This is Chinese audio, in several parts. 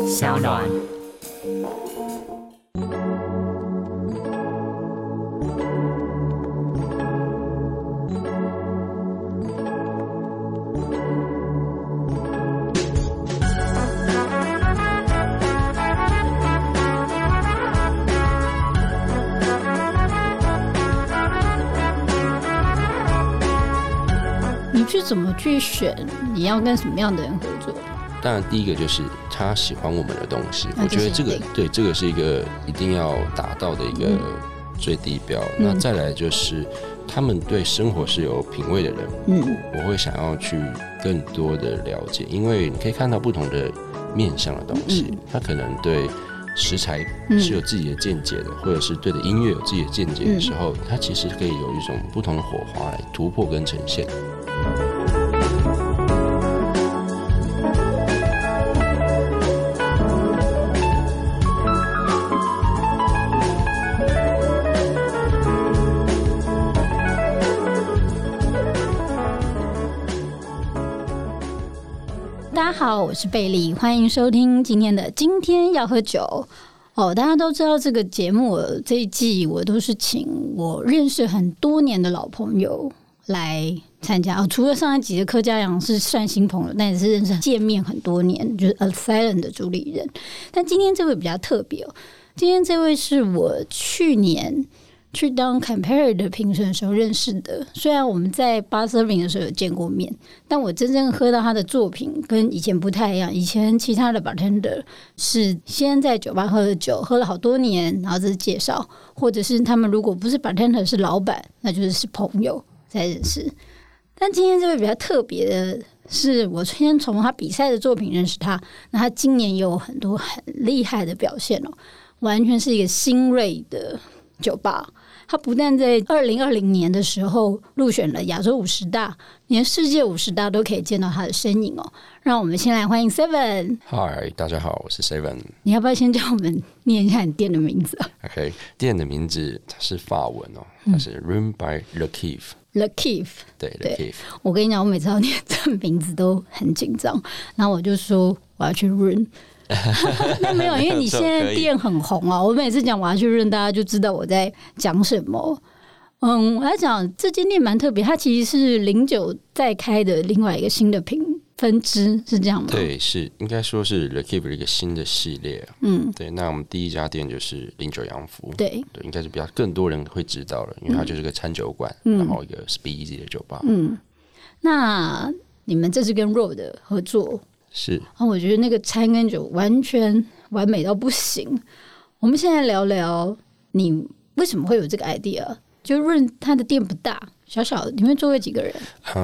小暖。 你是怎么去选你要跟什么样的人合作？ 当然第一个就是他喜欢我们的东西，我觉得这个对这个是一个一定要达到的一个最低标。那再来就是他们对生活是有品味的人，我会想要去更多的了解，因为你可以看到不同的面向的东西，他可能对食材是有自己的见解的，或者是对的音乐有自己的见解的时候，他其实可以有一种不同的火花来突破跟呈现。 大家好，我是贝利，欢迎收听今天的今天要喝酒。大家都知道这个节目这一季我都是请我认识很多年的老朋友来参加。除了上一集的柯佳阳是算新朋友，但也是认识见面很多年，就是 Asylum 的主理人。但今天这位比较特别哦，今天这位是我去年去当 Campari 的评审的时候认识的，虽然我们在 bar serving 的时候有见过面，但我真正喝到他的作品跟以前不太一样。以前其他的 bartender 是先在酒吧喝了酒，喝了好多年，然后这是介绍，或者是他们如果不是 bartender 是老板，那就是朋友才认识。但今天这位比较特别的是，我先从他比赛的作品认识他，那他今年也有很多很厉害的表现哦，完全是一个新锐的酒吧。他不但在2020年的时候入选了亚洲50大，连世界50大都可以见到他的身影哦。让我们先来欢迎 Seven。 嗨，大家好，我是 Seven。 你要不要先叫我们念一下你店的名字啊 ？OK， 店的名字它是法文哦，它是 Run by Le Kiff。Le Kiff， 对 Le Kiff。 我跟你讲，我每次要念这个名字都很紧张，然后我就说我要去 Run。那没有，因为你现在店很红啊！我每次讲我要去认，大家就知道我在讲什么。我要讲这间店蛮特别，它其实是09再开的另外一个新的分支，是这样吗？ 对，是应该说是 The Keep 的一个新的系列。对。那我们第一家店就是09洋服，对，应该是比较更多人会知道了，因为它就是个餐酒馆，然后一个 Speakeasy 的酒吧。 那你们这是跟 Road 的合作？ 是， 我觉得那个餐跟酒完全完美到不行。我们现在聊聊你为什么会有这个 idea？ 就润他的店不大，小小的，你会座位几个人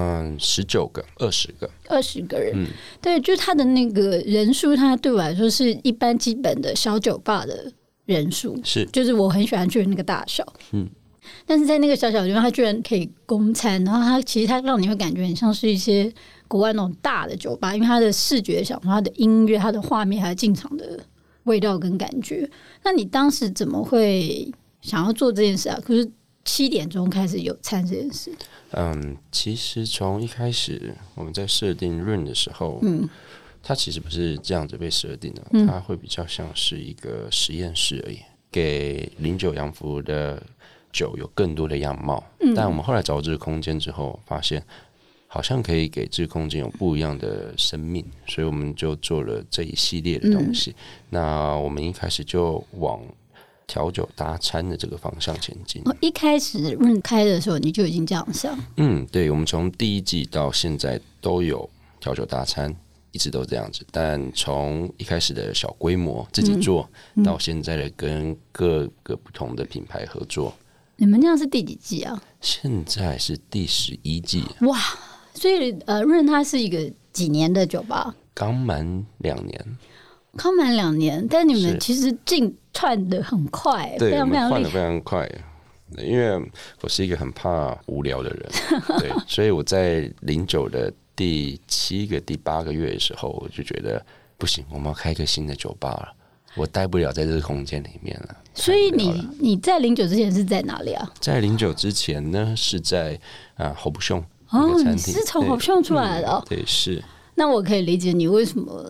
？19个、20个人。对，就是他的那个人数，他对我来说是一般基本的小酒吧的人数， 是， 就是我很喜欢去的那个大小。但是在那个小小的地方，他居然可以供餐，然后他其实他让你会感觉很像是一些国外那种大的酒吧，因为它的视觉享受、它的音乐、它的画面还有进场的味道跟感觉。那你当时怎么会想要做这件事啊？可是7点钟开始有餐这件事。 其实从一开始我们在设定 Run 的时候，它其实不是这样子被设定的，它会比较像是一个实验室而已，给09洋服的酒有更多的样貌。但我们后来找这个空间之后，发现好像可以给这个空间有不一样的生命，所以我们就做了这一系列的东西。那我们一开始就往调酒搭餐的这个方向前进。 一开始开的时候你就已经这样想？ 对，我们从第一季到现在都有调酒搭餐，一直都这样子。但从一开始的小规模自己做，到现在的跟各个不同的品牌合作。 你们这样是第几季啊？ 现在是第11季。 哇！所以润它是一个几年的酒吧？ 刚满2年。 刚满2年，但你们其实进串的很快， 对， 非常非常我们换的非常快。因为我是一个很怕无聊的人，对，所以我在09的第7个、第8个月的时候，我就觉得不行，我们要开一个新的酒吧了。我待不了在这个空间里面了。 所以你在09之前是在哪里啊？ 在09之前呢，是在侯不兄。 你是从侯不兄出来的哦？ 对，是。 那我可以理解你为什么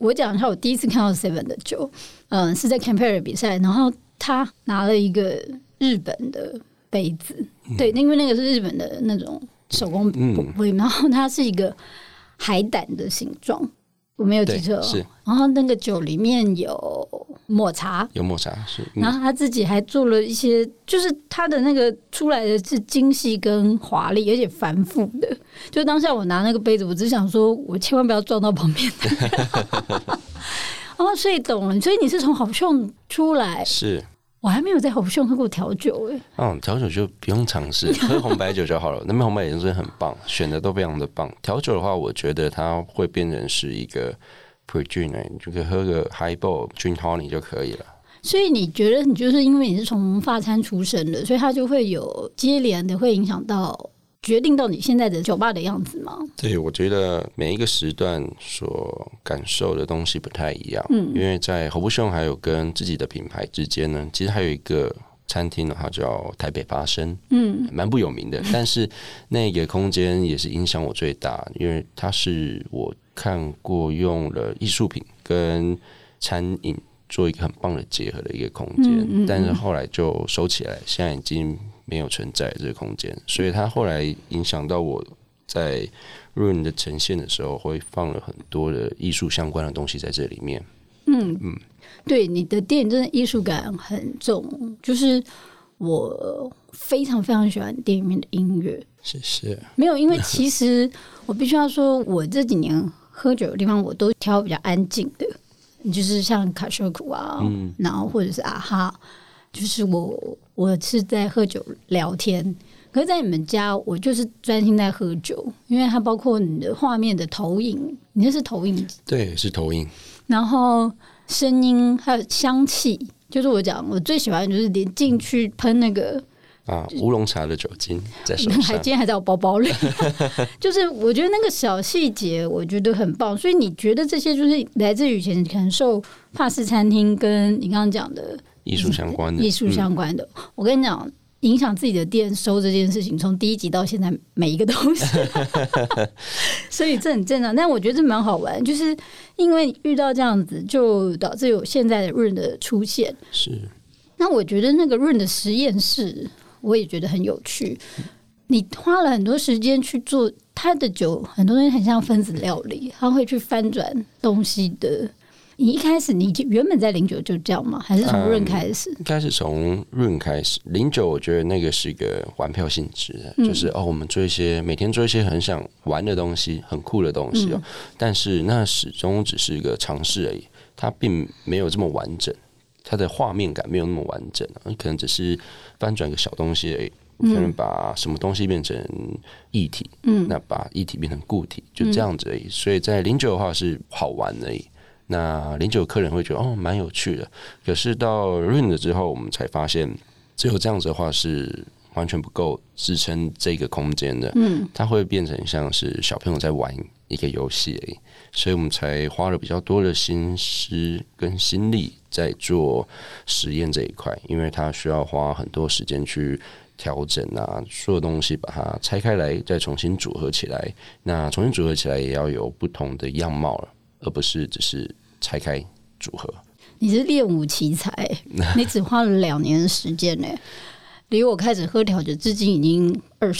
我讲一下我第一次看到 Seven 的酒，是在 Campari 比赛，然后他拿了一个日本的杯子，对，因为那个是日本的那种手工杯，然后它是一个海胆的形状，我没有记错， 是。 然后那个酒里面有抹茶， 有抹茶是， 然后他自己还做了一些，就是他的那个出来的是精细跟华丽，而且繁复的。就当下我拿那个杯子，我只想说，我千万不要撞到旁边的人。哦，所以懂了，所以你是从好兄出来， 是我还没有在好兄喝过调酒哎。 调酒就不用尝试，喝红白酒就好了。那边红白酒真的很棒，选的都非常的棒。调酒的话，我觉得它会变成是一个 pre-gin， 你就可以喝个 highball gin tonic 就可以了。 所以你觉得你就是因为你是从法餐出身的，所以它就会有接连的会影响到决定到你现在的酒吧的样子吗？ 对，我觉得每一个时段所感受的东西不太一样。因为在侯不兄还有跟自己的品牌之间呢，其实还有一个餐厅呢，它叫台北发生，蛮不有名的，但是那个空间也是影响我最大，因为它是我看过用了艺术品跟餐饮做一个很棒的结合的一个空间，但是后来就收起来，现在已经没有存在这个空间，所以它后来影响到我在 Rune 的呈现的时候，会放了很多的艺术相关的东西在这里面。 对，你的店真的艺术感很重，就是我非常非常喜欢店里面的音乐。 谢谢。 没有，因为其实我必须要说，我这几年喝酒的地方，我都挑比较安静的，就是像卡修库啊，然后或者是啊哈，就是我是在喝酒聊天。可是，在你们家，我就是专心在喝酒，因为它包括你的画面的投影，你那是投影， 对，是投影， 然后声音还有香气，就是我讲我最喜欢的就是连进去喷那个乌龙茶的酒精在手上， 今天还在我包包里。就是我觉得那个小细节，我觉得很棒。所以你觉得这些就是来自于以前可能受法式餐厅跟你刚刚讲的艺术相关的，我跟你讲。影响自己的店收这件事情，从第一集到现在每一个东西，所以这很正常。但我觉得这蛮好玩，就是因为遇到这样子，就导致有现在的 Rune 的出现。 是， 那我觉得那个 Rune 的实验室，我也觉得很有趣。你花了很多时间去做它的酒，很多东西很像分子料理，它会去翻转东西的。你一开始你原本在09就这样吗？还是从Rune开始？ 应该是从Rune开始。09我觉得那个是一个玩票性质的，就是我们做一些每天做一些很想玩的东西，很酷的东西但是那始终只是一个尝试而已，它并没有这么完整，它的画面感没有那么完整，可能只是翻转一个小东西而已。可能把什么东西变成液体，那把液体变成固体，就这样子而已。所以在09的话是好玩而已。那09客人会觉得蛮有趣的，可是到 Rune 之后，我们才发现只有这样子的话是完全不够支撑这个空间的，它会变成像是小朋友在玩一个游戏而已，所以我们才花了比较多的心思跟心力在做实验这一块，因为它需要花很多时间去调整所有东西把它拆开来，再重新组合起来。那重新组合起来也要有不同的样貌了，而不是只是拆开组合。 你是练武奇才，你只花了2年的时间呢，离我开始喝调酒至今已经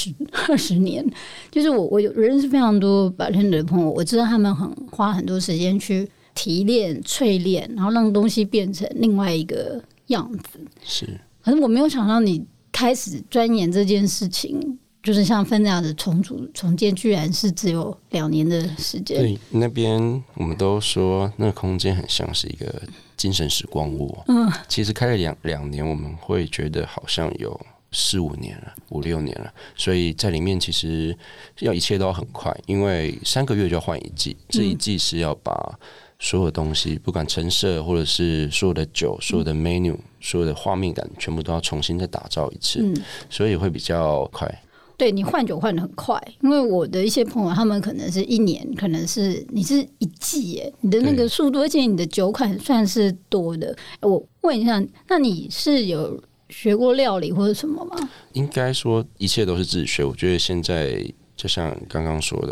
20年。就是我有认识非常多bartender的朋友，我知道他们花很多时间去提炼、淬炼，然后让东西变成另外一个样子。 是， 可是我没有想到你开始钻研这件事情。就是像分这样的重建，居然是只有2年的时间。 对，那边我们都说那个空间很像是一个精神时光屋。其实开了两年，我们会觉得好像有4-5年了，5-6年了。所以在里面其实一切都要很快，因为3个月就要换一季，这一季是要把所有东西，不管陈设或者是所有的酒、所有的 menu、所有的画面感，全部都要重新再打造一次，所以会比较快。 对，你换酒换得很快，因为我的一些朋友他们可能是1年，可能是你是1季耶，你的那个速度，而且你的酒款算是多的。我问一下，那你是有学过料理或者什么吗？ 应该说一切都是自学。我觉得现在就像刚刚说的，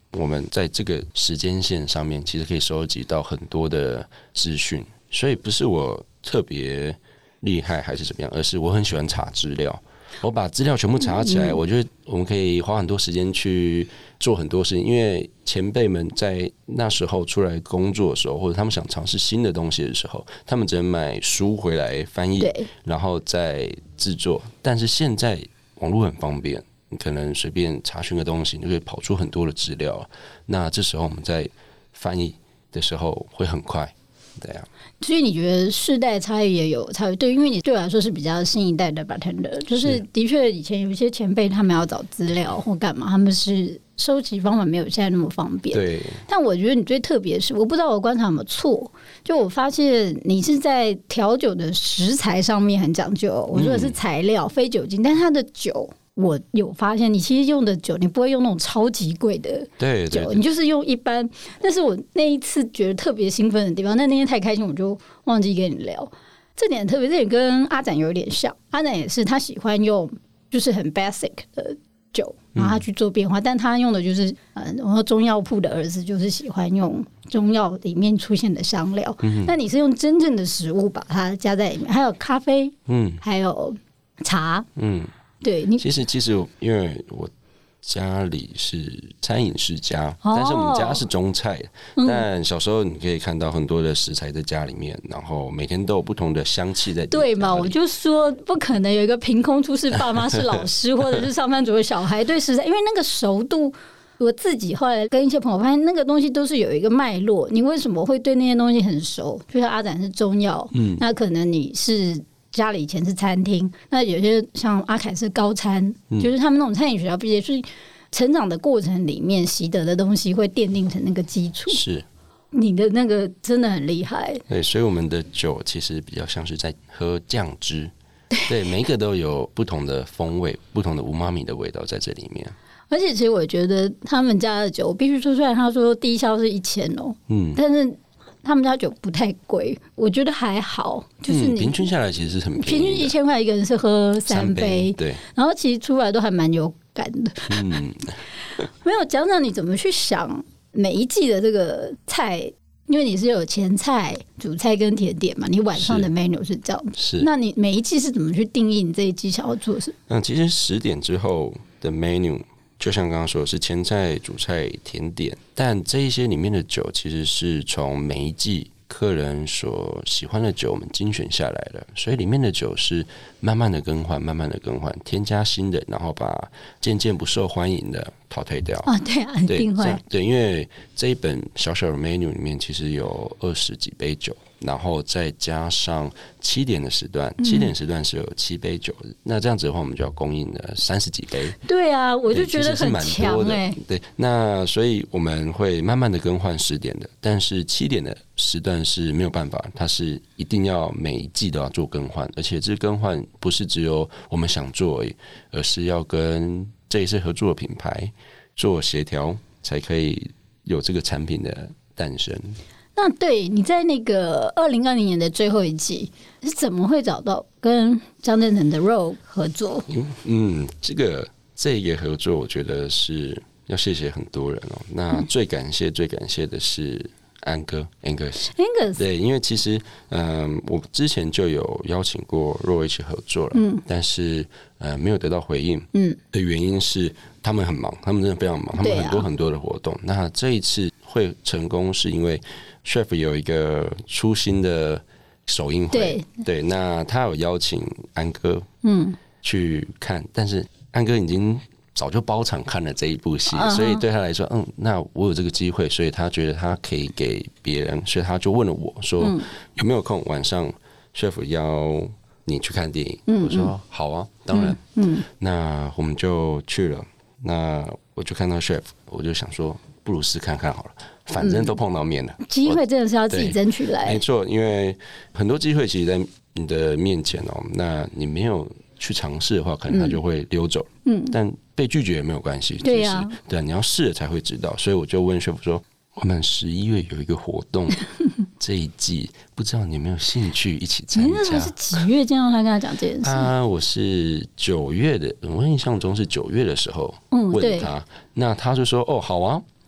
我们在这个时间线上面，其实可以收集到很多的资讯，所以不是我特别厉害还是怎么样，而是我很喜欢查资料。我把资料全部查起来，我觉得我们可以花很多时间去做很多事情，因为前辈们在那时候出来工作的时候，或者他们想尝试新的东西的时候，他们只能买书回来翻译，然后再制作。但是现在网络很方便，你可能随便查询个东西，你就可以跑出很多的资料。那这时候我们在翻译的时候会很快。对啊， 所以你觉得世代差异也有差异？对，因为你对我来说是比较新一代的 bartender， 就是的确以前有一些前辈他们要找资料或干嘛，他们是收集方法没有现在那么方便。 对， 但我觉得你最特别是，我不知道我观察有没有错，就我发现你是在调酒的食材上面很讲究。我说的是材料，非酒精，但它的酒。我有发现，你其实用的酒，你不会用那种超级贵的酒， 对对对， 你就是用一般。但是我那一次觉得特别兴奋的地方，那天太开心，我就忘记跟你聊。这点特别，这点跟阿展有点像。阿展也是，他喜欢用就是很 basic 的酒，然后他去做变化，但他用的就是我说中药铺的儿子就是喜欢用中药里面出现的香料。那你是用真正的食物把它加在里面，还有咖啡，还有茶，对你其实因为我家里是餐饮世家，但是我们家是中菜，但小时候你可以看到很多的食材在家里面，然后每天都有不同的香气在。 对嘛？我就说不可能有一个凭空出世爸妈是老师或者是上班族的小孩对食材，因为那个熟度。我自己后来跟一些朋友发现，那个东西都是有一个脉络。你为什么会对那些东西很熟？就像阿展是中药，那可能你是。家里以前是餐厅，那有些像阿凯是高餐，就是他们那种餐饮学校毕业，所以成长的过程里面习得的东西会奠定成那个基础。 是你的那个真的很厉害。 对，所以我们的酒其实比较像是在喝酱汁，对，每一个都有不同的风味，不同的无妈咪的味道在这里面。 而且其实我觉得他们家的酒，我必须说，虽然他说低消是1000哦，但是。他们家酒不太贵，我觉得还好，就是你平均下来其实是很便宜的， 平均1000块一个人是喝3杯， 对， 然后其实出来都还蛮有感的。没有讲讲你怎么去想每一季的这个菜，因为你是有前菜、主菜跟甜点嘛，你晚上的 menu 是这样子， 是。 那你每一季是怎么去定义你这一季想要做什么？ 其实10点之后的 menu。就像刚刚说的是前菜、主菜、甜点，但这一些里面的酒其实是从每一季客人所喜欢的酒我们精选下来的，所以里面的酒是慢慢的更换，添加新的，然后把渐渐不受欢迎的淘汰掉。 对啊，很定会。 对，因为这一本小小的 menu 里面其实有20几杯酒。然后再加上7点的时段，7点时段是有7杯酒的，那这样子的话，我们就要供应了30几杯。 对啊，我就觉得很强欸。 对，那所以我们会慢慢的更换10点的，但是7点的时段是没有办法，它是一定要每一季都要做更换，而且这更换不是只有我们想做而已，而是要跟这一次合作的品牌做协调，才可以有这个产品的诞生。 那对你在那个2020年的最后一季是怎么会找到跟张振成的 Rogue 合作？ 这个合作，我觉得是要谢谢很多人哦。那最感谢的是安哥 Angus， 对，因为其实我之前就有邀请过 Rogue 一起合作了，但是没有得到回应，的原因是他们很忙，他们真的非常忙，他们很多的活动。那这一次会成功是因为。Chef 有一个出新的首映会，对，那他有邀请安哥去看，但是安哥已经早就包场看了这一部戏，所以对他来说，那我有这个机会，所以他觉得他可以给别人，所以他就问了我说有没有空晚上 Chef 邀你去看电影？我说好啊，当然，那我们就去了。那我就看到 Chef， 我就想说，不如试看看好了。反正都碰到面了， 机会真的是要自己争取来。 没错，因为很多机会其实在你的面前哦，那你没有去尝试的话，可能它就会溜走。但被拒绝也没有关系。对啊，对，你要试了才会知道。所以我就问Chef说，我们11月有一个活动，这一季不知道你有没有兴趣一起参加？ 那时候是几月见到他跟他讲这件事？ 我是9月的，我印象中是9月的时候问他，那他就说好啊。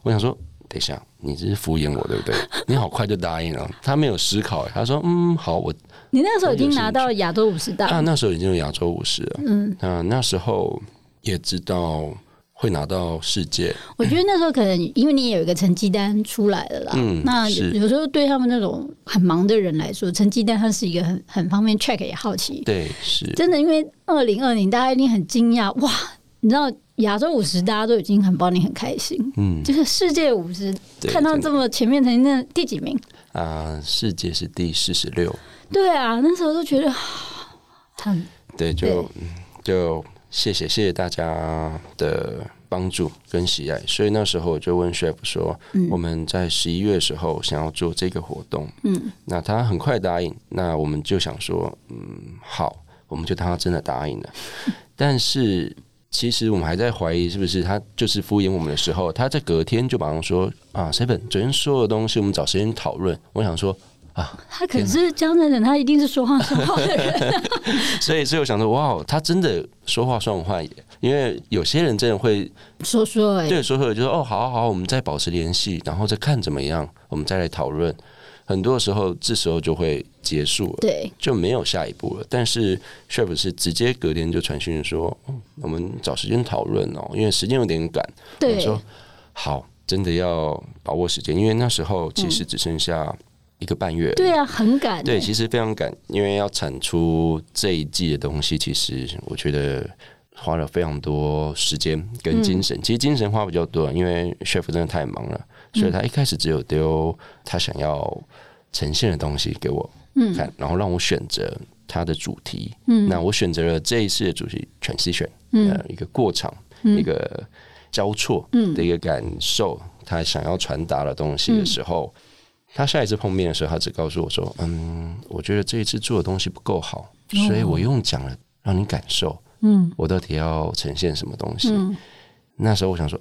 我想说，等一下，你这是敷衍我对不对？你好快就答应了，他没有思考，他说好， 你那时候已经拿到亚洲50大那时候已经有亚洲50了，那时候也知道会拿到世界。 我觉得那时候可能因为你也有一个成绩单出来了啦，那有时候对他们那种很忙的人来说，成绩单它是一个很方便 check 也好奇。 对，是真的，因为2020大家一定很惊讶，哇，你知道亚洲50大家都已经很帮你很开心，就是世界50看到这么前面成绩单第几名世界是第46。 对啊，那时候都觉得很对，就谢谢大家的帮助跟喜爱，所以那时候我就问 chef 说，我们在11月的时候想要做这个活动，那他很快答应，那我们就想说，好，我们就当他真的答应了。但是其实我们还在怀疑是不是他就是敷衍我们的时候，他在隔天就马上说Seven 昨天所有的东西我们找时间讨论。我想说他可是江振仁，他一定是说话算话的人所以我想说，哇，他真的说话算话耶！因为有些人真的会说对，说就说好，我们再保持联系，然后再看怎么样，我们再来讨论。很多时候这时候就会结束了， 对，就没有下一步了。但是 chef 是直接隔天就传讯说，我们找时间讨论因为时间有点赶。 对， 我说好，真的要把握时间，因为那时候其实只剩下1个半月。 对啊，很赶。 对，其实非常赶，因为要产出这一季的东西，其实我觉得花了非常多时间跟精神。其实精神花比较多，因为 chef 真的太忙了，所以他一开始只有丢他想要呈现的东西给我看，然后让我选择他的主题。那我选择了这一次的主题 transition，一个过场，一个交错的一个感受，他想要传达的东西的时候。他下一次碰面的时候，他只告诉我说：“我觉得这一次做的东西不够好，所以我用讲了让你感受，我到底要呈现什么东西。那时候我想说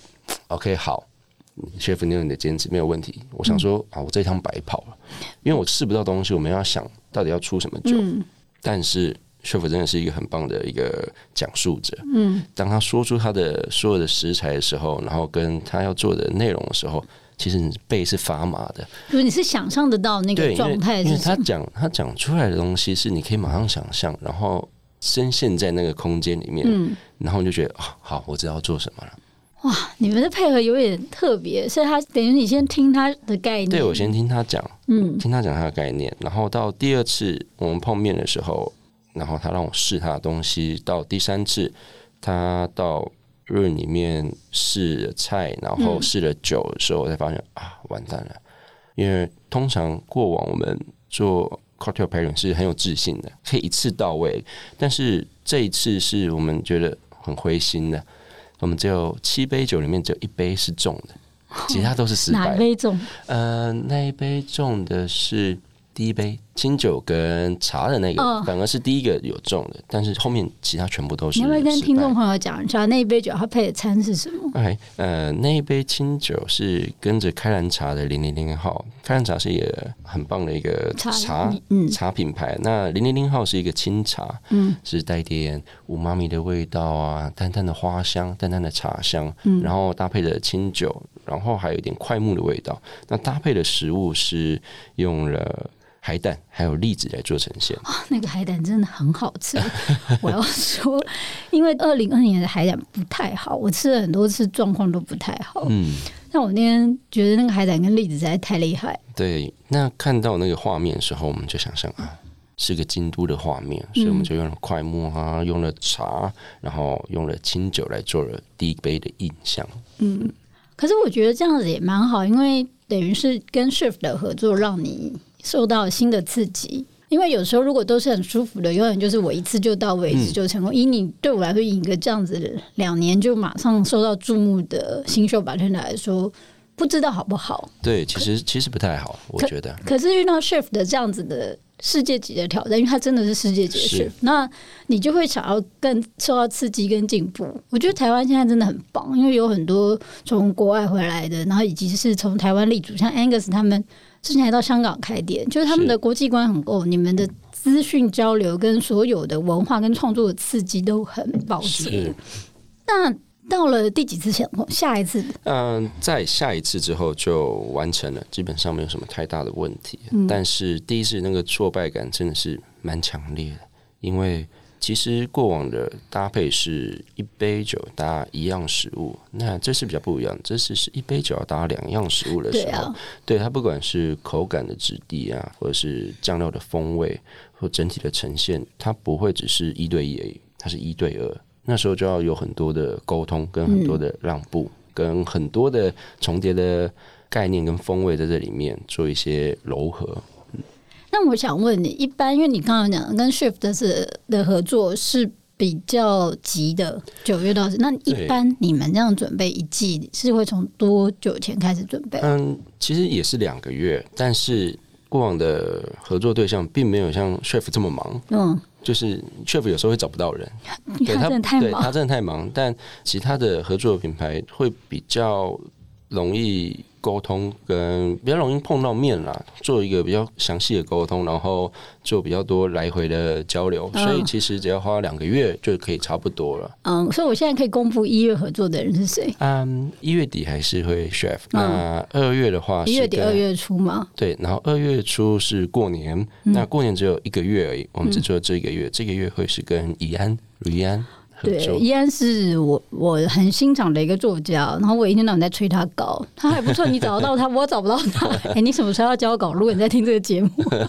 OK 好，chef 你有你的坚持没有问题。我想说我这一趟白跑了，因为我试不到东西，我们要想到底要出什么酒。但是 chef 真的是一个很棒的一个讲述者。当他说出他的所有的食材的时候，然后跟他要做的内容的时候。其实你背是发麻的， 就是你是想象得到那个状态，因为他讲出来的东西是你可以马上想象，然后深陷在那个空间里面，然后你就觉得好，我知道做什么了。 哇，你们的配合有点特别，所以他等于你先听他的概念， 对我先听他讲，听他讲他的概念，然后到第2次我们碰面的时候，然后他让我试他的东西，到第3次他到润里面试了菜，然后试了酒的时候，我才发现完蛋了。因为通常过往我们做 cocktail pairing 是很有自信的，可以一次到位。但是这一次是我们觉得很灰心的，我们只有7杯酒里面只有1杯是中的，其他都是失败。 哪杯中？ 那一杯中的是第1杯清酒跟茶的那个，反而是第一个有中的，但是后面其他全部都是失败。 你要不要跟听众朋友讲一下那一杯酒它配的餐是什么 ？OK， 那一杯清酒是跟着开兰茶的000号，开兰茶是一个很棒的一个茶品牌。那000号是一个清茶，是带点五妈咪的味道啊，淡淡的花香，淡淡的茶香，然后搭配的清酒，然后还有一点快木的味道。那搭配的食物是用了海胆还有栗子来做呈现。 那个海胆真的很好吃我要说，因为2020年的海胆不太好，我吃了很多次，状况都不太好。但我那天觉得那个海胆跟栗子实在太厉害。 对，那看到那个画面的时候，我们就想象是个京都的画面，所以我们就用了快木用了茶，然后用了清酒来做了第1杯的印象。 可是我觉得这样子也蛮好，因为等于是跟 chef 的合作，让你受到新的刺激。因为有时候如果都是很舒服的，永远就是我一次就到位，一次就成功。以你对我来说，以一个这样子2年就马上受到注目的新秀bartender来说，不知道好不好？ 对，其实不太好，我觉得。 可是遇到 chef 的这样子的世界级的挑战，因为他真的是世界级的 chef， 那你就会想要更受到刺激跟进步。我觉得台湾现在真的很棒，因为有很多从国外回来的，然后以及是从台湾立足，像 Angus 他们之前还到香港开店，就是他们的国际观很够，你们的资讯交流跟所有的文化跟创作的刺激都很保值。那到了第几次下一次？ 在下一次之后就完成了，基本上没有什么太大的问题。但是第一次那个挫败感真的是蛮强烈的，因为其实过往的搭配是一杯酒搭一样食物，那这次比较不一样，这次是一杯酒要搭2样食物的时候，对它不管是口感的质地啊，或者是酱料的风味，或整体的呈现，它不会只是1对1而已，它是1对2。那时候就要有很多的沟通，跟很多的让步，跟很多的重叠的概念跟风味在这里面做一些柔和。 那我想问你，一般因为你刚刚讲跟 Shift 的合作是比较急的，9月到10，那一般你们这样准备一季是会从多久前开始准备？ 其实也是2个月，但是过往的合作对象并没有像 Chef 这么忙，就是 Chef 有时候会找不到人， 对他真的太忙， 对他真的太忙，但其他的合作品牌会比较容易沟通，跟比较容易碰到面啦，做一个比较详细的沟通，然后做比较多来回的交流，所以其实只要花2个月就可以差不多了。 所以我现在可以公布1月合作的人是谁 ？1月底还是会 Chef，那2月的话是 1月底2月初吗？ 对，然后2月初是过年，那过年只有1个月而已，我们只做这个月，这个月会是跟怡安、吕安。 对，依然是我很欣赏的一个作家，然后我一天到晚在催他稿，他还不错，你找得到他，我找不到他。你什么时候要交稿？如果你在听这个节目，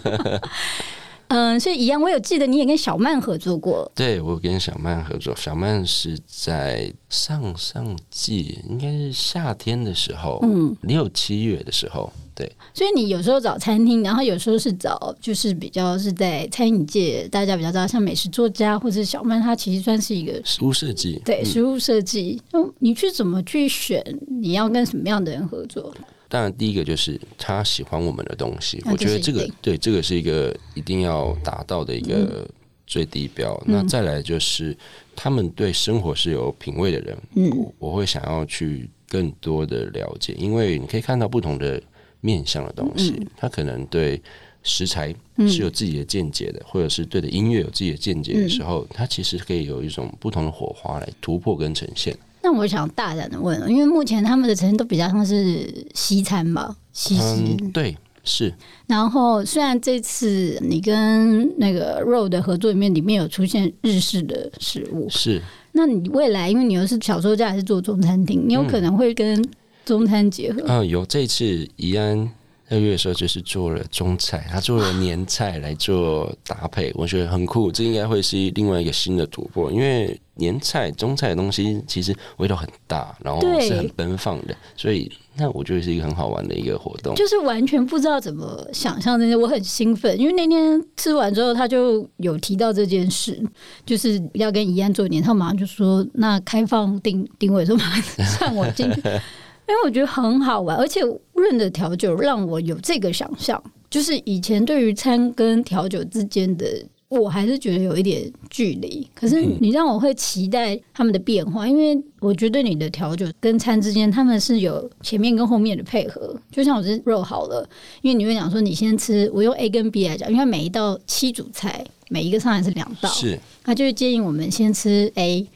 所以一样，我有记得你也跟小曼合作过。 对，我跟小曼合作，小曼是在上季，应该是夏天的时候，6、7月的时候。对， 所以你有时候找餐厅，然后有时候是找就是比较是在餐饮界大家比较知道，像美食作家或者小曼，她其实算是一个食物设计， 对，食物设计。你去怎么去选你要跟什么样的人合作？ 当然，第一个就是他喜欢我们的东西，我觉得这个是一个一定要达到的一个最低标。那再来就是他们对生活是有品味的人，我会想要去更多的了解，因为你可以看到不同的面向的东西，他可能对食材是有自己的见解的，或者是对的音乐有自己的见解的时候，他其实可以有一种不同的火花来突破跟呈现。 那我想大胆的问，因为目前他们的呈现都比较像是西餐吧，西式， 对，是。 然后虽然这次你跟那个 Road 的合作里面有出现日式的食物， 是。 那你未来因为你又是小说家还是做中餐厅，你有可能会跟中餐结合？ 有，这一次怡安2月的时候就是做了中菜，他做了年菜来做搭配，我觉得很酷，这应该会是另外一个新的突破，因为年菜中菜的东西其实味道很大，然后是很奔放的，所以那我觉得是一个很好玩的一个活动， 就是完全不知道怎么想象这些，我很兴奋，因为那天吃完之后他就有提到这件事，就是要跟怡安做年，他马上就说那开放定位，说马上算我进去。因为我觉得很好玩，而且润的调酒让我有这个想象，就是以前对于餐跟调酒之间的，我还是觉得有一点距离。可是你让我会期待他们的变化，因为我觉得你的调酒跟餐之间，他们是有前面跟后面的配合。就像我是肉好了，因为你会讲说你先吃，我用 A 跟 B 来讲，因为每一道7主菜，每一个上来是2道， 是， 他就会建议我们先吃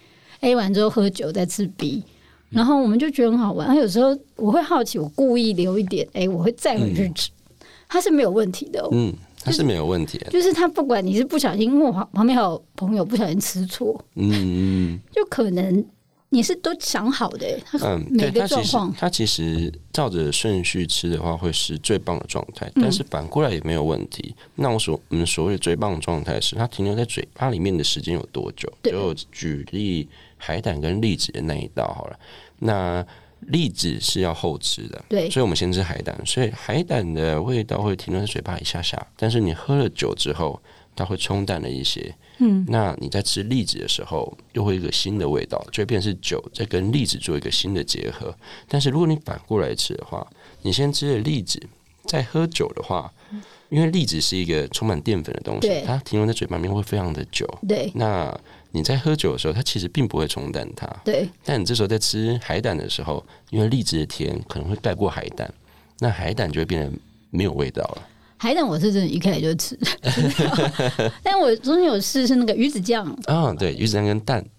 A 完之后喝酒，再吃 B。然后我们就觉得很好玩，有时候我会好奇，我故意留一点，我会再回去吃，它是没有问题的它是没有问题的， 就是他不管你是不小心，因为我旁边还有朋友不小心吃错，就可能你是都想好的，每个状况， 它其实照着顺序吃的话，会是最棒的状态，但是反过来也没有问题。那我们所谓的最棒的状态是，它停留在嘴巴里面的时间有多久？就举例海胆跟栗子的那一道好了，那栗子是要后吃的， 对， 所以我们先吃海胆，所以海胆的味道会停留在嘴巴一下下，但是你喝了酒之后，它会冲淡了一些。那你在吃栗子的时候，又会有一个新的味道，就会变成是酒在跟栗子做一个新的结合。但是如果你反过来吃的话，你先吃了栗子，再喝酒的话，因为栗子是一个充满淀粉的东西，它停留在嘴巴里面会非常的久。 对， 那你在喝酒的时候，它其实并不会冲淡它。 对， 但你这时候在吃海胆的时候，因为栗子的甜可能会盖过海胆，那海胆就会变得没有味道了。 海胆我是真的一开始就吃，但我中间有试是那个鱼子酱对，鱼子酱跟蛋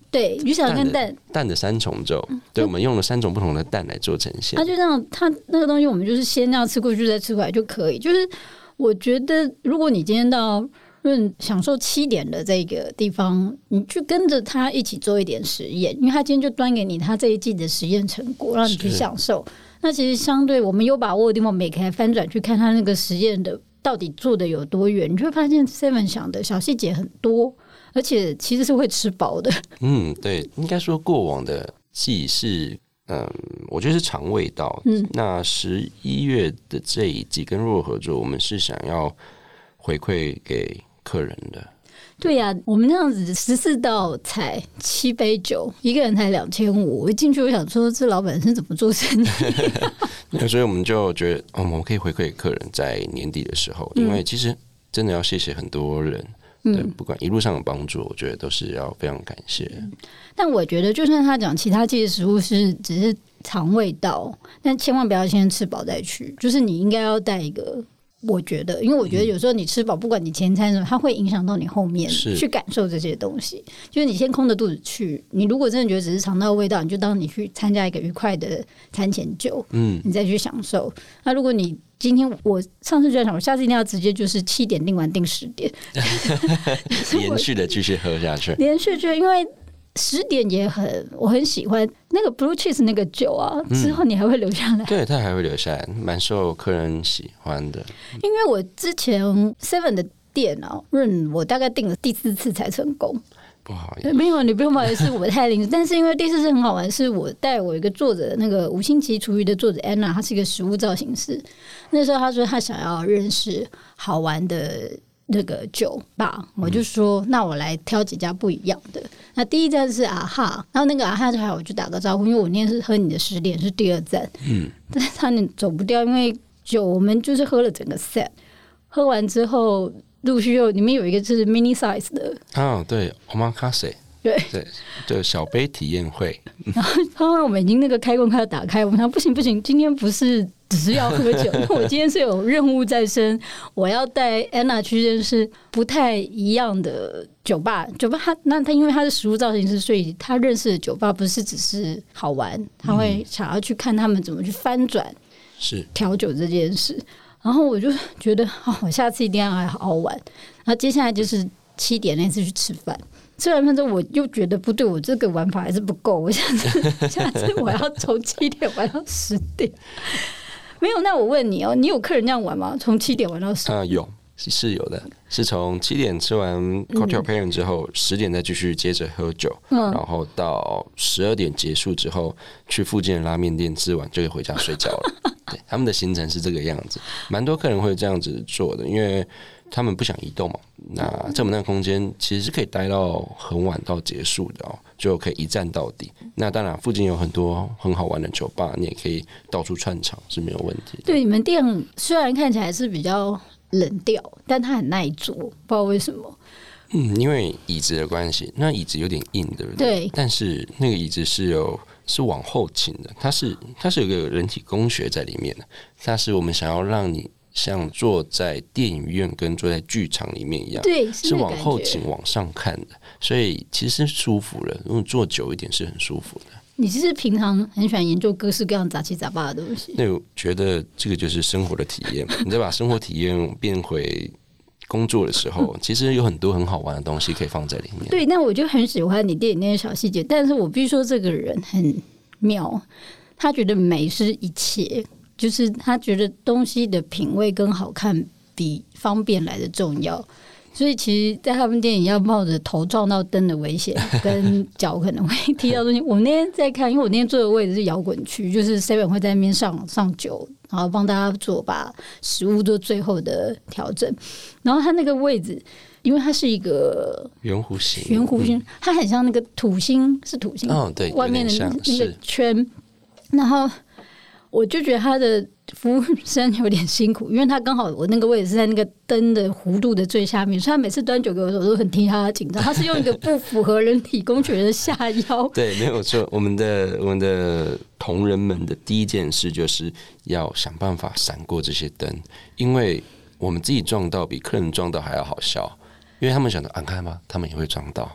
对，鱼小跟蛋的3重奏，对，我们用了3种不同的蛋来做呈现。 它就这样，它那个东西我们就是先这样吃过去再吃回来就可以。就是我觉得，如果你今天到享受7点的这个地方，你去跟着他一起做一点实验，因为他今天就端给你他这一季的实验成果，让你去享受。那其实相对我们有把握的地方，我们也可以翻转去看他那个实验的到底做的有多远，你就会发现 Seven 想的小细节很多，而且其实是会吃饱的。 对，应该说过往的季是我觉得是尝味道。那11月的这一季跟若合作，我们是想要回馈给客人的。 对呀、我们那样子14道才7杯酒，一个人才2500。我一进去我想说，这老板是怎么做生意？ 所以我们就觉得，我们可以回馈给客人，在年底的时候，因为其实真的要谢谢很多人。对，不管一路上的帮助，我觉得都是要非常感谢。 但我觉得，就算他讲其他季的食物只是尝味道，但千万不要先吃饱再去。就是你应该要带一个，我觉得，因为我觉得有时候你吃饱，不管你前餐什么，它会影响到你后面去感受这些东西。就是你先空着肚子去，你如果真的觉得只是尝到味道，你就当你去参加一个愉快的餐前酒，你再去享受。那如果你今天我上次就在想，我下次一定要直接就是7点订完订10点， 连续的继续喝下去， 连续就因为10点我很喜欢那个 Blue Cheese 那个酒啊，之后你还会留下来， 对，它还会留下来，蛮受客人喜欢的。 因为我之前 Seven 的店啊，我大概订了第4次才成功。 不好意思， 没有，你不用不好意思，我太临时。但是因为第4次很好玩，是我带我一个作者，那个5星级厨余的作者 Anna， 她是一个食物造型师。那时候她说她想要认识好玩的那个酒吧，我就说那我来挑几家不一样的。那第一站是啊哈，然后那个啊哈就还我就打个招呼，因为我那天是喝你的10点是第2站，但是差点走不掉，因为酒我们就是喝了整个 set， 喝完之后。陆续里面有一个是 mini size 的对 omakase， 对小杯体验会。 然后我们已经那个开关快要打开，我们说不行，今天不是只是要喝酒，因为我今天是有任务在身，我要带 Anna 去认识不太一样的酒吧。他因为他是食物造型师，所以他认识的酒吧不是只是好玩，他会想要去看他们怎么去翻转调酒这件事。然后我就觉得，我下次一定要来好好玩。然后接下来就是7点那次去吃饭，吃完饭之后我又觉得不对，我这个玩法还是不够，我下次我要从7点玩到10点。没有，那我问你你有客人这样玩吗？从7点玩到10点？ 有。是有的，是从7点吃完 cocktail pairing 之后，10点再继续接着喝酒，然后到12点结束之后，去附近的拉面店吃完就可以回家睡觉了。对，他们的行程是这个样子，蛮多客人会这样子做的，因为他们不想移动嘛。那在我们那个空间其实是可以待到很晚到结束的就可以一站到底。那当然附近有很多很好玩的酒吧，你也可以到处串场是没有问题的。 对，你们店虽然看起来是比较冷调，但它很耐坐，不知道为什么。 因为椅子的关系，那椅子有点硬，对不对？对。但是那个椅子是往后倾的，它是有一个人体工学在里面的，它是我们想要让你像坐在电影院跟坐在剧场里面一样， 对， 是往后倾往上看的，所以其实是舒服的。如果坐久一点是很舒服的。 你其实平常很喜欢研究各式各样杂七杂八的东西。 那我觉得这个就是生活的体验。你再把生活体验变回工作的时候，其实有很多很好玩的东西可以放在里面。 对，那我就很喜欢你店里那些小细节，但是我必须说这个人很妙，他觉得美是一切，就是他觉得东西的品味跟好看比方便来的重要。所以其实在他们店里要冒着头撞到灯的危险跟脚可能会踢到东西。我们那天在看，因为我那天坐的位置是摇滚区，就是 Seven 会在那边上酒，然后帮大家把食物做最后的调整。然后他那个位置因为它是一个圆弧形， 它很像那个土星，是土星对， 外面的那个圈。然后我就觉得他的服务生有点辛苦，因为他刚好我那个位置是在那个灯的弧度的最下面，所以他每次端酒给我的时候，我都很替他紧张。他是用一个不符合人体工学的下腰。 对，没有错。我们的同仁们的第一件事就是要想办法闪过这些灯，因为我们自己撞到比客人撞到还要好笑，因为他们想到看吧，他们也会撞到。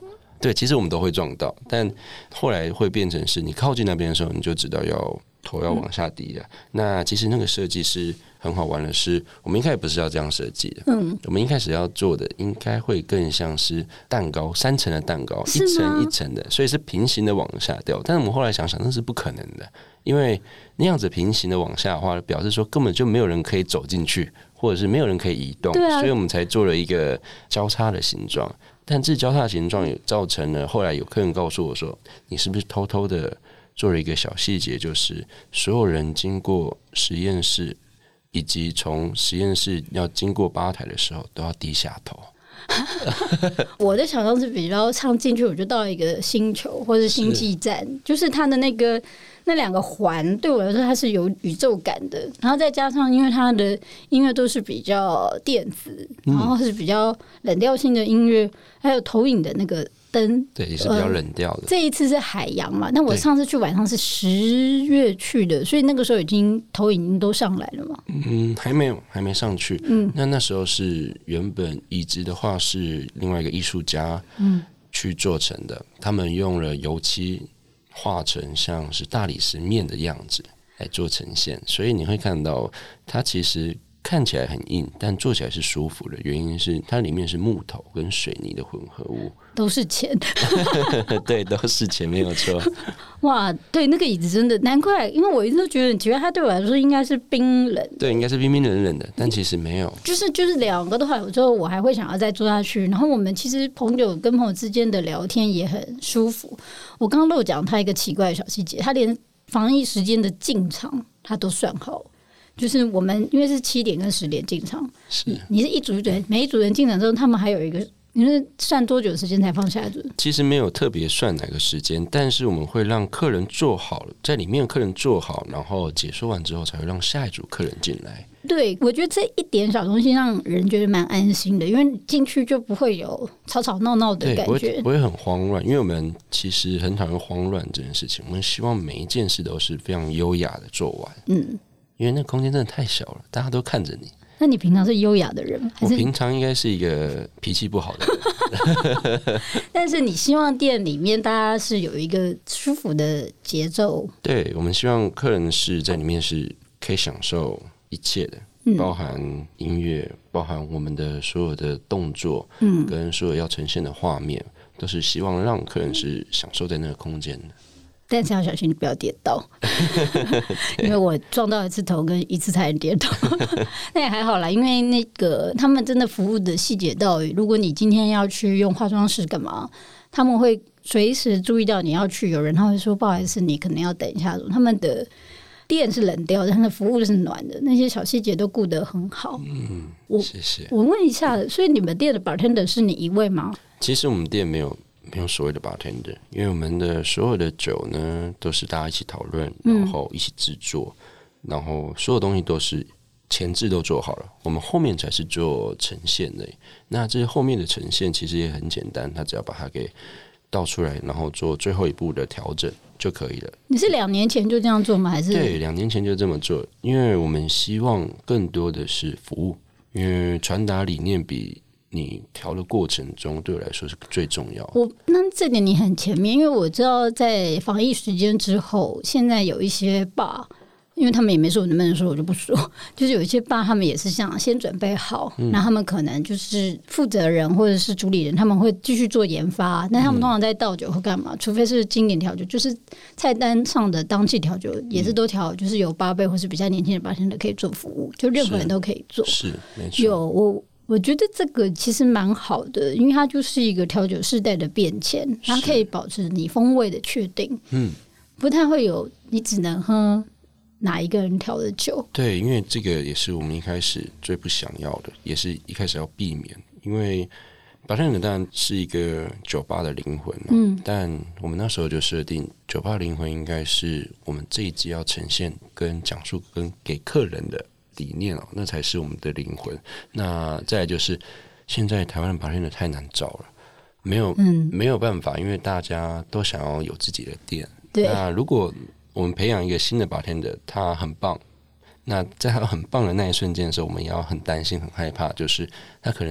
对，其实我们都会撞到，但后来会变成是你靠近那边的时候，你就知道头要往下低了。那其实那个设计是很好玩的是，我们一开始不是要这样设计的。我们一开始要做的应该会更像是蛋糕，3层的蛋糕，一层一层的，所以是平行的往下掉。但是我们后来想想，那是不可能的，因为那样子平行的往下的话，表示说根本就没有人可以走进去，或者是没有人可以移动，所以我们才做了一个交叉的形状。但这交叉的形状也造成了后来有客人告诉我说，你是不是偷偷的做了一个小细节，就是所有人经过实验室以及从实验室要经过吧台的时候都要低下头。 我的想象是比较像进去我就到一个星球或者星际站，就是它的那2个环对我来说它是有宇宙感的，然后再加上因为它的音乐都是比较电子，然后是比较冷调性的音乐，还有投影的那个灯，对， 也是比较冷调的。 这一次是海洋嘛，那我上次去晚上是10月去的，所以那个时候已经投影都上来了嘛。 还没上去。那时候是原本椅子的话是另外一个艺术家去做成的，他们用了油漆画成像是大理石面的样子来做呈现，所以你会看到它其实看起来很硬，但做起来是舒服的。原因是它里面是木头跟水泥的混合物， 都是钱。 对，都是钱，没有错。 哇，对，那个椅子真的难怪，因为我一直都觉得它对我来说应该是冰冷， 对，应该是冰冰冷冷的，但其实没有。就是 2个的话，有时候我还会想要再坐下去。然后我们其实朋友跟朋友之间的聊天也很舒服。我刚刚漏讲他一个奇怪的小细节，他连防疫时间的进场他都算好。就是我们因为是7点跟10点进场，你是一组人，每一组人进场之后，他们还有一个，你是算多久时间才放下一组？ 其实没有特别算哪个时间，但是我们会让客人坐好了，在里面客人坐好，然后解说完之后，才会让下一组客人进来。 对，我觉得这一点小东西让人觉得蛮安心的，因为进去就不会有吵吵闹闹的感觉， 不会很慌乱。因为我们其实很讨厌慌乱这件事情，我们希望每一件事都是非常优雅的做完。因为那空间真的太小了，大家都看着你。 那你平常是优雅的人吗？ 我平常应该是一个脾气不好的人。 但是你希望店里面大家是有一个舒服的节奏。 对，我们希望客人是在里面是可以享受一切的，包含音乐，包含我们的所有的动作，跟所有要呈现的画面，都是希望让客人是享受在那个空间的。 但是要小心你不要跌倒。因为我撞到1次头跟1次差点跌倒。那也还好啦，因为那个他们真的服务的细节到位，如果你今天要去用化妆室干嘛，他们会随时注意到你要去，有人他会说不好意思你可能要等一下，他们的店是冷掉的，但是服务是暖的，那些小细节都顾得很好。 谢谢。 我问一下，所以你们店的 bartender 是你一位吗？ 其实我们店没有所谓的 bartender， 因为我们的所有的酒呢都是大家一起讨论，然后一起制作，然后所有东西都是前置都做好了，我们后面才是做呈现的。那这后面的呈现其实也很简单，他只要把它给倒出来，然后做最后一步的调整就可以了。 你是2年前就这样做吗？还是？ 对，2年前就这么做，因为我们希望更多的是服务，因为传达理念比你调的过程中对我来说是最重要。 那这点你很前面，因为我知道在防疫时间之后，现在有一些bar，因为他们也没说我能不能说，我就不说。就是有一些bar他们也是像先准备好，那他们可能就是负责人或者是主理人，他们会继续做研发。但他们通常在倒酒或干嘛，除非是经典调酒，就是菜单上的当季调酒也是都调，就是有8杯或是比较年轻的bartender可以做服务，就任何人都可以做。 是没错。 我觉得这个其实蛮好的，因为它就是一个调酒世代的变迁，它可以保持你风味的确定，不太会有你只能喝哪一个人调的酒。 对，因为这个也是我们一开始最不想要的，也是一开始要避免。因为bartender当然是一个酒吧的灵魂，但我们那时候就设定酒吧灵魂应该是我们这一季要呈现跟讲述跟给客人的理念，那才是我们的灵魂。那再来就是现在台湾的bartender太难找了，没有办法，因为大家都想要有自己的店。那如果我们培养一个新的bartender，他很棒，那在他很棒的那一瞬间的时候，我们也要很担心很害怕，就是他可能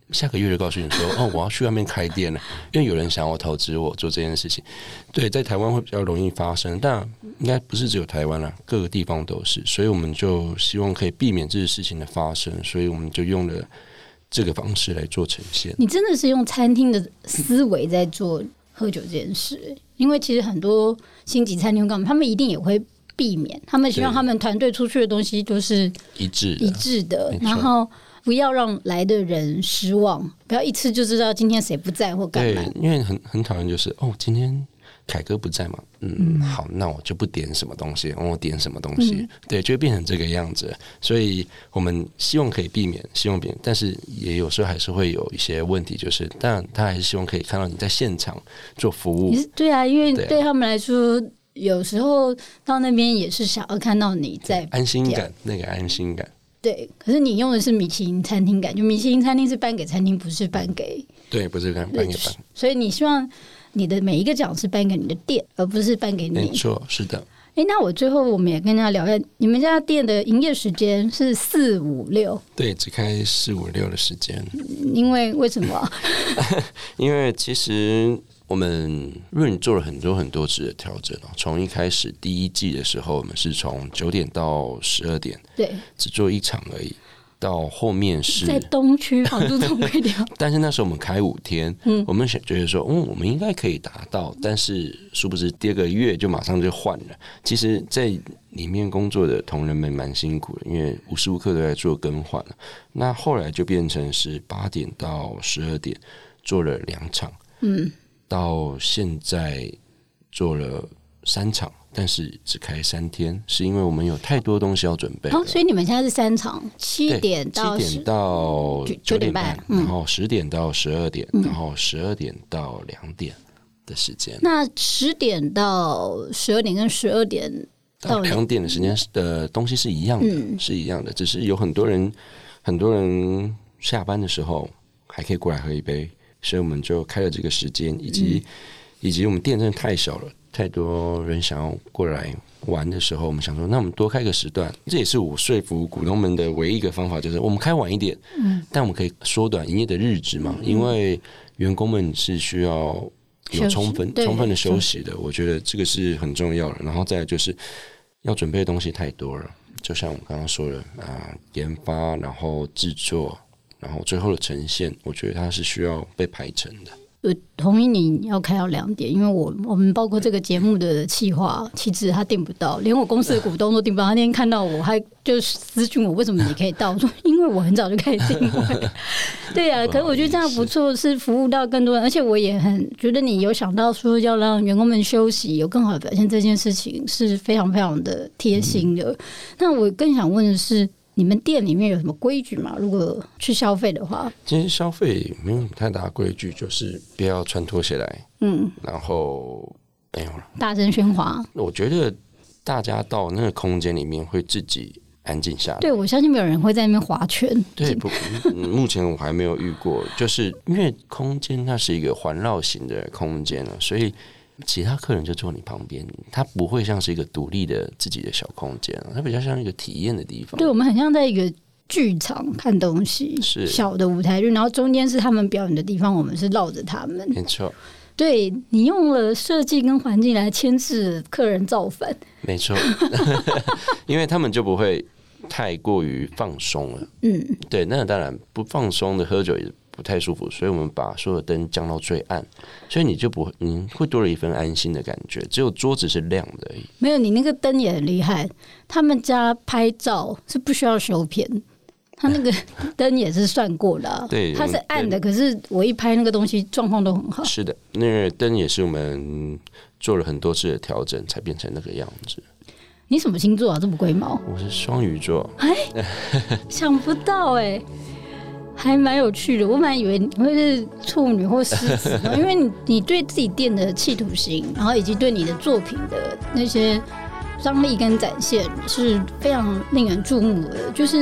下个月就告诉你说哦，我要去外面开店了，因为有人想要投资我做这件事情。对，在台湾会比较容易发生，但应该不是只有台湾啦，各个地方都是，所以我们就希望可以避免这些事情的发生，所以我们就用了这个方式来做呈现。 你真的是用餐厅的思维在做喝酒这件事，因为其实很多星级餐厅他们一定也会避免，他们希望他们团队出去的东西都是一致的，然后不要让来的人失望，不要一吃就知道今天谁不在或干嘛。 对，因为很讨厌就是今天凯哥不在嘛，好，那我就不点什么东西，我点什么东西，对，就会变成这个样子。所以我们希望可以避免，但是也有时候还是会有一些问题，就是当然他还是希望可以看到你在现场做服务。 对啊，因为对他们来说，有时候到那边也是想要看到你在安心感，那个安心感。 对，可是你用的是米其林餐厅感，就米其林餐厅是颁给餐厅，不是颁给对，不是颁给所以你希望你的每一个奖是颁给你的店，而不是颁给你。 没错，是的。 那我最后我们也跟大家聊一下，你们家店的营业时间是4、5、6， 对，只开4、5、6的时间。 为什么？ 因为其实我们润做了很多次的调整，从一开始第一季的时候，我们是从9点到12点， 对， 只做1场而已。到后面是在东区房租总会调， 但是那时候我们开5天，我们觉得说，我们应该可以达到，但是殊不知第2个月就马上就换了。其实，在里面工作的同仁们蛮辛苦的，因为无时无刻都在做更换了。那后来就变成是8点到12点做了2场，到现在做了3场。但是只开3天，是因为我们有太多东西要准备。 所以你们现在是3场，7点到9点半， 然后10点到12点，然后12点到2点的时间。 那10点到12点跟12点到2点的时间的东西是一样的，是一样的，只是有很多人下班的时候还可以过来喝一杯，所以我们就开了这个时间，以及我们店真的太小了。太多人想要过来玩的时候，我们想说，那我们多开个时段。这也是我说服股东们的唯一一个方法，就是我们开晚一点，但我们可以缩短营业的日子嘛，因为员工们是需要有充分的休息的。我觉得这个是很重要的。然后再来就是要准备的东西太多了，就像我刚刚说的研发，然后制作，然后最后的呈现，我觉得它是需要被排程的。 我同意你要开到2点，因为我们包括这个节目的企划，其实他订不到，连我公司的股东都订不到。他那天看到我，还就私讯我为什么你可以到，我说因为我很早就开始订位。对啊，可是我觉得这样不错，是服务到更多人，而且我也很觉得你有想到说要让员工们休息，有更好的表现，这件事情是非常非常的贴心的。那我更想问的是，你们店里面有什么规矩吗？如果去消费的话， 其实消费没有太大规矩，就是不要穿拖鞋来，然后没有了， 大声喧哗。 我觉得大家到那个空间里面会自己安静下来。 对，我相信没有人会在那边划拳。 对，目前我还没有遇过，就是因为空间它是一个环绕型的空间了，所以其他客人就坐你旁边，它不会像是一个独立的自己的小空间，它比较像一个体验的地方。 对，我们很像在一个剧场看东西，是小的舞台剧，然后中间是他们表演的地方，我们是绕着他们。 没错， 对，你用了设计跟环境来牵制客人造反。 没错，因为他们就不会太过于放松了。对，那当然不放松的喝酒也不太舒服，所以我们把所有灯降到最暗，所以你就不会多了一份安心的感觉。只有桌子是亮的而已。 没有，你那个灯也很厉害。他们家拍照是不需要修片，他那个灯也是算过的对，它是暗的，可是我一拍那个东西状况都很好。 是的，那个灯也是我们做了很多次的调整才变成那个样子。 你什么星座啊？这么龟毛？ 我是双鱼座。 想不到还蛮有趣的。我本来以为你会是处女或狮子，因为你对自己店的企图心，然后以及对你的作品的那些张力跟展现是非常令人注目的。就是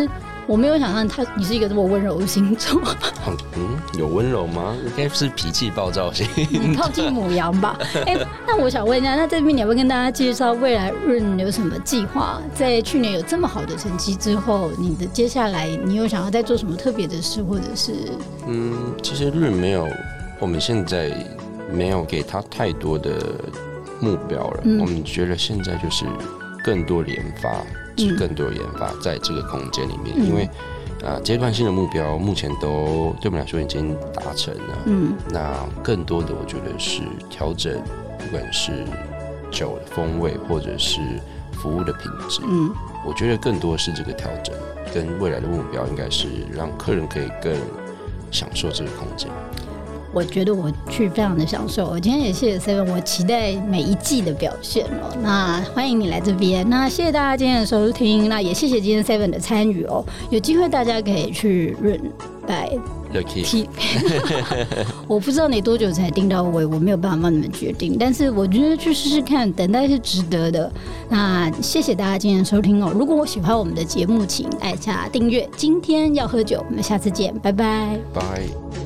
我没有想到你是一个这么温柔的星座。 有温柔吗？应该是脾气暴躁型， 你靠近牡羊吧？那我想问一下，那这边你要不要跟大家介绍未来润有什么计划？在去年有这么好的成绩之后，你的接下来你有想要再做什么特别的事，或者是？ 其实润没有，我们现在没有给他太多的目标了。我们觉得现在就是更多的研发，更多的研发在这个空间里面，因为阶段性的目标目前都对我们来说已经达成了。那更多的我觉得是调整，不管是酒的风味或者是服务的品质。我觉得更多是这个调整，跟未来的目标应该是让客人可以更享受这个空间。 我觉得我去非常的享受，我今天也谢谢 Seven， 我期待每一季的表现了。那欢迎你来这边，那谢谢大家今天的收听，那也谢谢今天 Seven 的参与哦。有机会大家可以去润百 Lucky 我不知道你多久才订到位，我没有办法帮你们决定，但是我觉得去试试看，等待是值得的。那谢谢大家今天的收听哦。如果我喜欢我们的节目，请按下订阅。今天要喝酒，我们下次见，拜拜。 拜。